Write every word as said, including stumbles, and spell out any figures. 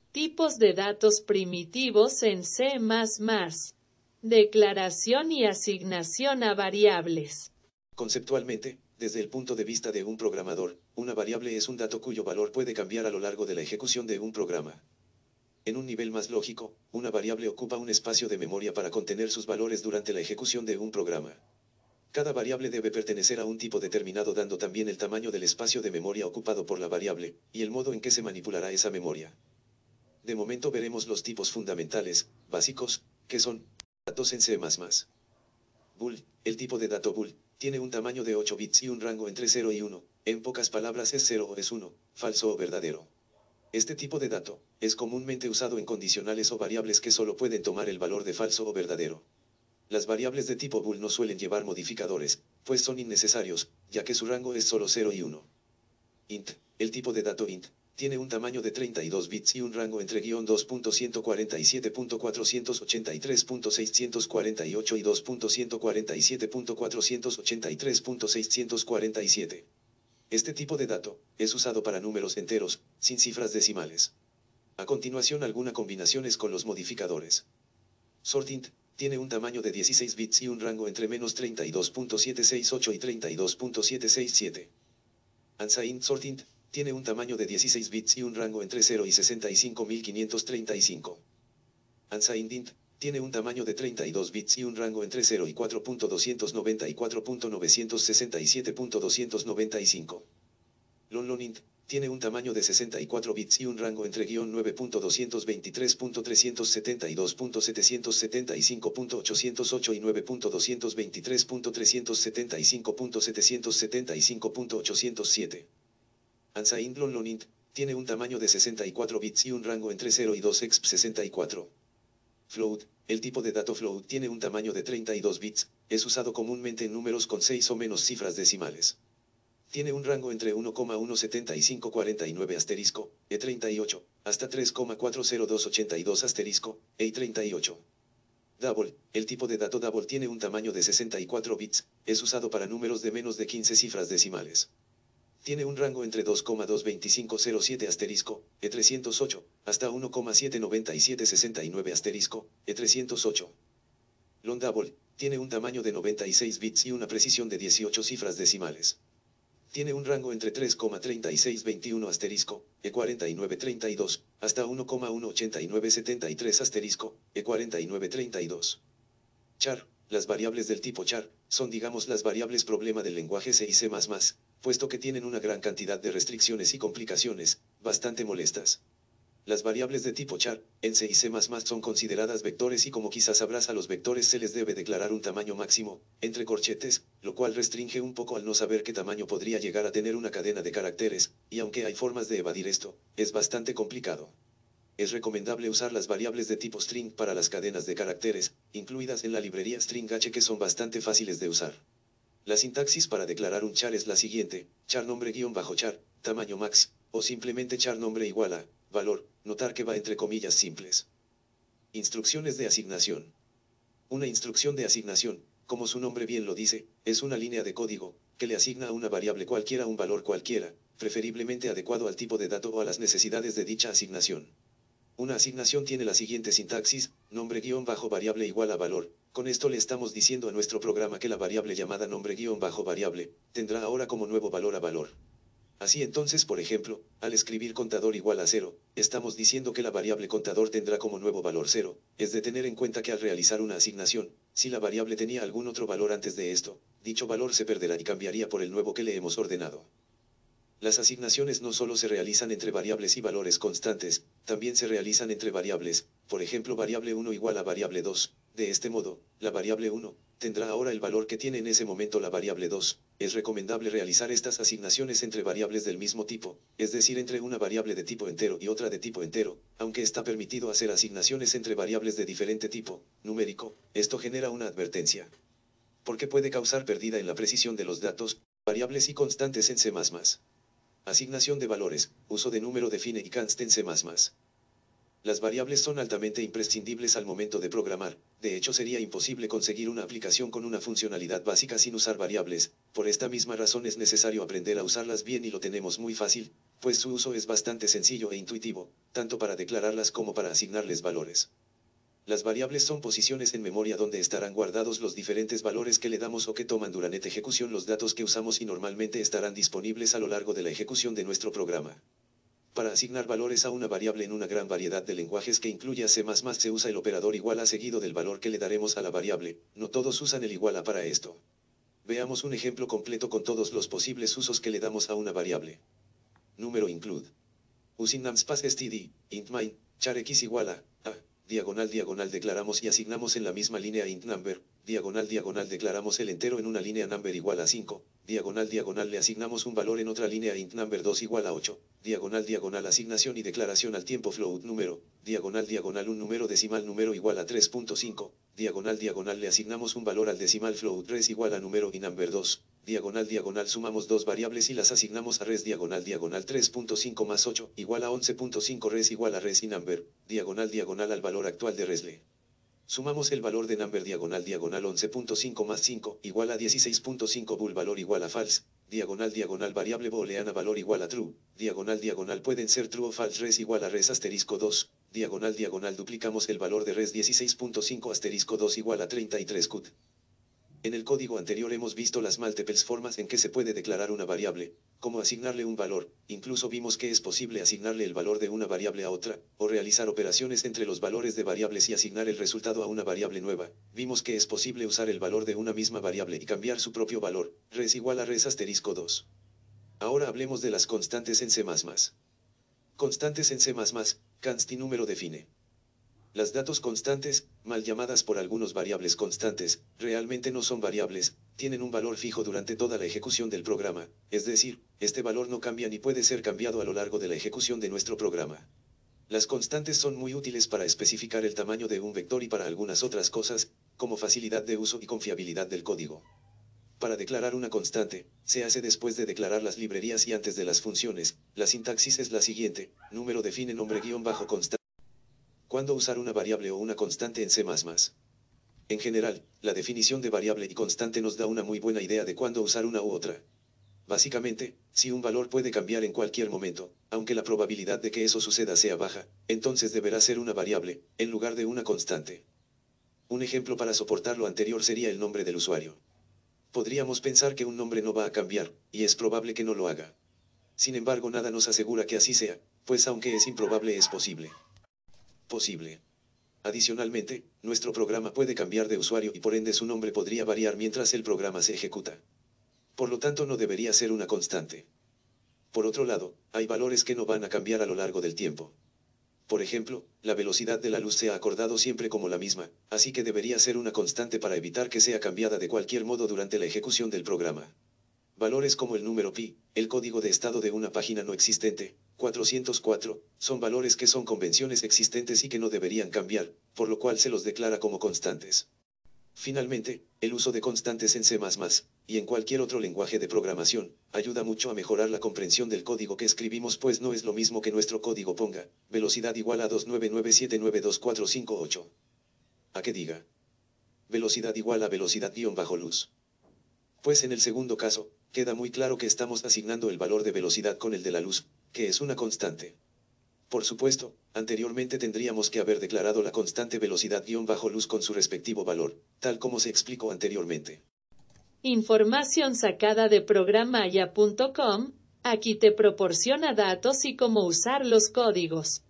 Tipos de datos primitivos en C más más. Declaración y asignación a variables. Conceptualmente, desde el punto de vista de un programador, una variable es un dato cuyo valor puede cambiar a lo largo de la ejecución de un programa. En un nivel más lógico, una variable ocupa un espacio de memoria para contener sus valores durante la ejecución de un programa. Cada variable debe pertenecer a un tipo determinado, dando también el tamaño del espacio de memoria ocupado por la variable, y el modo en que se manipulará esa memoria. De momento veremos los tipos fundamentales, básicos, que son datos en C más más. Bool, el tipo de dato bool, tiene un tamaño de ocho bits y un rango entre cero y uno, en pocas palabras es cero o es uno, falso o verdadero. Este tipo de dato, es comúnmente usado en condicionales o variables que solo pueden tomar el valor de falso o verdadero. Las variables de tipo bool no suelen llevar modificadores, pues son innecesarios, ya que su rango es solo cero y uno. Int, el tipo de dato int, tiene un tamaño de treinta y dos bits y un rango entre dos punto ciento cuarenta y siete punto cuatrocientos ochenta y tres punto seiscientos cuarenta y ocho y dos punto ciento cuarenta y siete punto cuatrocientos ochenta y tres punto seiscientos cuarenta y siete. Este tipo de dato, es usado para números enteros, sin cifras decimales. A continuación algunas combinaciones con los modificadores. Sortint, tiene un tamaño de dieciséis bits y un rango entre menos treinta y dos punto setecientos sesenta y ocho y treinta y dos punto setecientos sesenta y siete. Unsigned sortint, tiene un tamaño de dieciséis bits y un rango entre cero y sesenta y cinco mil quinientos treinta y cinco. Unsigned int, tiene un tamaño de treinta y dos bits y un rango entre cero y cuatro punto doscientos noventa y cuatro punto novecientos sesenta y siete punto doscientos noventa y cinco. Longlong int, tiene un tamaño de sesenta y cuatro bits y un rango entre nueve punto doscientos veintitrés punto trescientos setenta y dos punto setecientos setenta y cinco punto ochocientos ocho y nueve punto doscientos veintitrés punto trescientos setenta y cinco punto setecientos setenta y cinco punto ochocientos siete. Unsigned Longlong int, tiene un tamaño de sesenta y cuatro bits y un rango entre cero y dos exp sesenta y cuatro. Float, el tipo de dato float tiene un tamaño de treinta y dos bits, es usado comúnmente en números con seis o menos cifras decimales. Tiene un rango entre uno coma uno setenta y cinco cuarenta y nueve asterisco, e treinta y ocho, hasta tres coma cuatro cero dos ochenta y dos asterisco, e treinta y ocho. Double, el tipo de dato double tiene un tamaño de sesenta y cuatro bits, es usado para números de menos de quince cifras decimales. Tiene un rango entre dos coma dos veinticinco cero siete asterisco, e trescientos ocho, hasta uno coma siete noventa y siete sesenta y nueve asterisco, e trescientos ocho. Long double, tiene un tamaño de noventa y seis bits y una precisión de dieciocho cifras decimales. Tiene un rango entre tres coma treinta y seis veintiuno asterisco, e cuarenta y nueve treinta y dos, hasta uno coma uno ochenta y nueve setenta y tres asterisco, e cuarenta y nueve treinta y dos. Char, las variables del tipo char, son digamos las variables problema del lenguaje C y C más más, puesto que tienen una gran cantidad de restricciones y complicaciones, bastante molestas. Las variables de tipo char, en C y C más más son consideradas vectores y como quizás sabrás a los vectores se les debe declarar un tamaño máximo, entre corchetes, lo cual restringe un poco al no saber qué tamaño podría llegar a tener una cadena de caracteres, y aunque hay formas de evadir esto, es bastante complicado. Es recomendable usar las variables de tipo string para las cadenas de caracteres, incluidas en la librería stringh que son bastante fáciles de usar. La sintaxis para declarar un char es la siguiente: char nombre guión bajo char, tamaño max, o simplemente char nombre igual a, valor, notar que va entre comillas simples. Instrucciones de asignación. Una instrucción de asignación, como su nombre bien lo dice, es una línea de código, que le asigna a una variable cualquiera un valor cualquiera, preferiblemente adecuado al tipo de dato o a las necesidades de dicha asignación. Una asignación tiene la siguiente sintaxis: nombre guión bajo variable igual a valor. Con esto le estamos diciendo a nuestro programa que la variable llamada nombre guión bajo variable, tendrá ahora como nuevo valor a valor. Así entonces, por ejemplo, al escribir contador igual a cero, estamos diciendo que la variable contador tendrá como nuevo valor cero, es de tener en cuenta que al realizar una asignación, si la variable tenía algún otro valor antes de esto, dicho valor se perderá y cambiaría por el nuevo que le hemos ordenado. Las asignaciones no solo se realizan entre variables y valores constantes, también se realizan entre variables, por ejemplo variable uno igual a variable dos, de este modo, la variable uno, tendrá ahora el valor que tiene en ese momento la variable dos, es recomendable realizar estas asignaciones entre variables del mismo tipo, es decir entre una variable de tipo entero y otra de tipo entero, aunque está permitido hacer asignaciones entre variables de diferente tipo, numérico, esto genera una advertencia. Porque puede causar pérdida en la precisión de los datos, variables y constantes en C más más. Asignación de valores, uso de número define y const en C más más. Las variables son altamente imprescindibles al momento de programar, de hecho sería imposible conseguir una aplicación con una funcionalidad básica sin usar variables, por esta misma razón es necesario aprender a usarlas bien y lo tenemos muy fácil, pues su uso es bastante sencillo e intuitivo, tanto para declararlas como para asignarles valores. Las variables son posiciones en memoria donde estarán guardados los diferentes valores que le damos o que toman durante ejecución los datos que usamos y normalmente estarán disponibles a lo largo de la ejecución de nuestro programa. Para asignar valores a una variable en una gran variedad de lenguajes que incluye a C más más se usa el operador igual a seguido del valor que le daremos a la variable, no todos usan el igual a para esto. Veamos un ejemplo completo con todos los posibles usos que le damos a una variable. Número include. Using namespace std, int main, char x igual a, a, diagonal diagonal declaramos y asignamos en la misma línea int number, diagonal diagonal declaramos el entero en una línea number igual a cinco, diagonal diagonal le asignamos un valor en otra línea int number dos igual a ocho, diagonal diagonal asignación y declaración al tiempo float número, diagonal diagonal un número decimal número igual a tres punto cinco, diagonal diagonal le asignamos un valor al decimal float res igual a número y number dos, diagonal diagonal sumamos dos variables y las asignamos a res diagonal diagonal tres punto cinco más ocho igual a once punto cinco res igual a res y number, diagonal diagonal al valor actual de resle. Sumamos el valor de number diagonal diagonal once punto cinco más cinco igual a dieciséis punto cinco bool valor igual a false, diagonal diagonal variable booleana valor igual a true, diagonal diagonal pueden ser true o false res igual a res asterisco dos, diagonal diagonal duplicamos el valor de res dieciséis punto cinco asterisco dos igual a treinta y tres cut. En el código anterior hemos visto las múltiples formas en que se puede declarar una variable, como asignarle un valor, incluso vimos que es posible asignarle el valor de una variable a otra, o realizar operaciones entre los valores de variables y asignar el resultado a una variable nueva. Vimos que es posible usar el valor de una misma variable y cambiar su propio valor, res igual a res asterisco dos. Ahora hablemos de las constantes en C más más. Constantes en C más más, const y número define. Las datos constantes, mal llamadas por algunos variables constantes, realmente no son variables, tienen un valor fijo durante toda la ejecución del programa, es decir, este valor no cambia ni puede ser cambiado a lo largo de la ejecución de nuestro programa. Las constantes son muy útiles para especificar el tamaño de un vector y para algunas otras cosas, como facilidad de uso y confiabilidad del código. Para declarar una constante, se hace después de declarar las librerías y antes de las funciones. La sintaxis es la siguiente: número define nombre guión bajo constante. ¿Cuándo usar una variable o una constante en C más más? En general, la definición de variable y constante nos da una muy buena idea de cuándo usar una u otra. Básicamente, si un valor puede cambiar en cualquier momento, aunque la probabilidad de que eso suceda sea baja, entonces deberá ser una variable, en lugar de una constante. Un ejemplo para soportar lo anterior sería el nombre del usuario. Podríamos pensar que un nombre no va a cambiar, y es probable que no lo haga. Sin embargo, nada nos asegura que así sea, pues aunque es improbable es posible. Posible. Adicionalmente, nuestro programa puede cambiar de usuario y por ende su nombre podría variar mientras el programa se ejecuta. Por lo tanto, no debería ser una constante. Por otro lado, hay valores que no van a cambiar a lo largo del tiempo. Por ejemplo, la velocidad de la luz se ha acordado siempre como la misma, así que debería ser una constante para evitar que sea cambiada de cualquier modo durante la ejecución del programa. Valores como el número pi, el código de estado de una página no existente, cuatrocientos cuatro, son valores que son convenciones existentes y que no deberían cambiar, por lo cual se los declara como constantes. Finalmente, el uso de constantes en C más más, y en cualquier otro lenguaje de programación, ayuda mucho a mejorar la comprensión del código que escribimos, pues no es lo mismo que nuestro código ponga, velocidad igual a dos nueve nueve siete nueve dos cuatro cinco ocho. A que diga, velocidad igual a velocidad guión bajo luz. Pues en el segundo caso, queda muy claro que estamos asignando el valor de velocidad con el de la luz, que es una constante. Por supuesto, anteriormente tendríamos que haber declarado la constante velocidad-luz con su respectivo valor, tal como se explicó anteriormente. Información sacada de programaya punto com, aquí te proporciona datos y cómo usar los códigos.